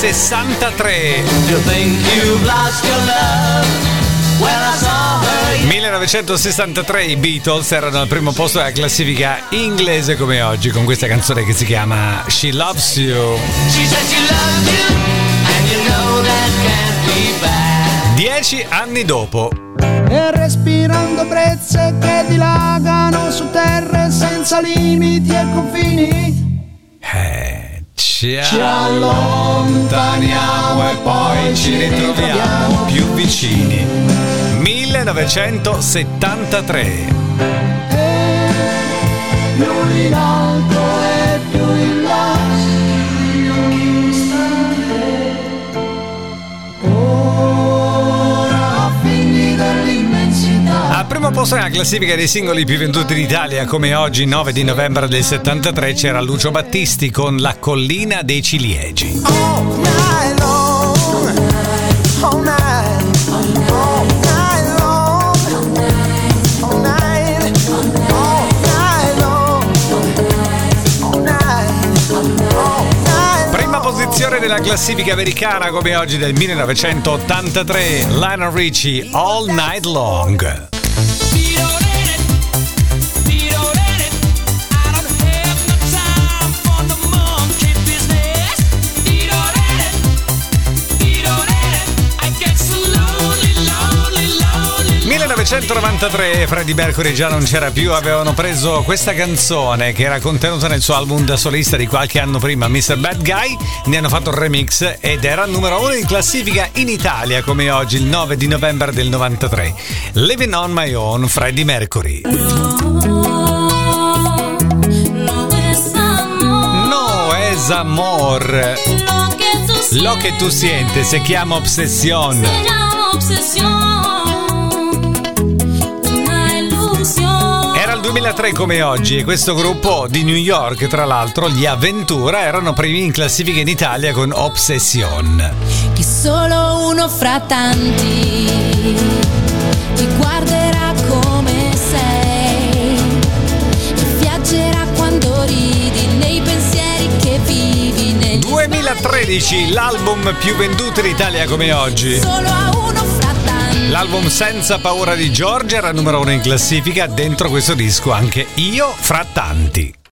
63. 1963 i Beatles erano al primo posto della classifica inglese come oggi, con questa canzone che si chiama She Loves You. 10 anni dopo. E respirando brezze che dilagano su terre senza limiti e confini. Ci allontaniamo e poi ci ritroviamo più vicini. 1973. Più in alto e più in basso. Ora figli dell'immensità. Al primo posto nella classifica dei singoli più venduti in Italia, come oggi, 9 di novembre del 73, c'era Lucio Battisti con La collina dei ciliegi. All night long, all night, all night long, all night, all night long, all night, all night. Prima posizione della classifica americana, come oggi, del 1983, Lionel Richie, All Night Long. Nel 1993 Freddie Mercury già non c'era più, avevano preso questa canzone che era contenuta nel suo album da solista di qualche anno prima, Mr. Bad Guy, ne hanno fatto un remix ed era al numero 1 in classifica in Italia come oggi, il 9 di novembre del 93. Living on My Own, Freddie Mercury. No es amor, lo que tu sientes se chiama obsesión. Era il 2003 come oggi e questo gruppo di New York, tra l'altro, gli Avventura, erano primi in classifica in Italia con Obsession. Che solo uno fra tanti ti guarderà come sei e viaggerà quando ridi nei pensieri che vivi negli 2013, l'album più venduto in Italia come oggi. solo a uno fra tanti. L'album Senza paura di Giorgia era numero 1 in classifica, dentro questo disco anche Io fra tanti.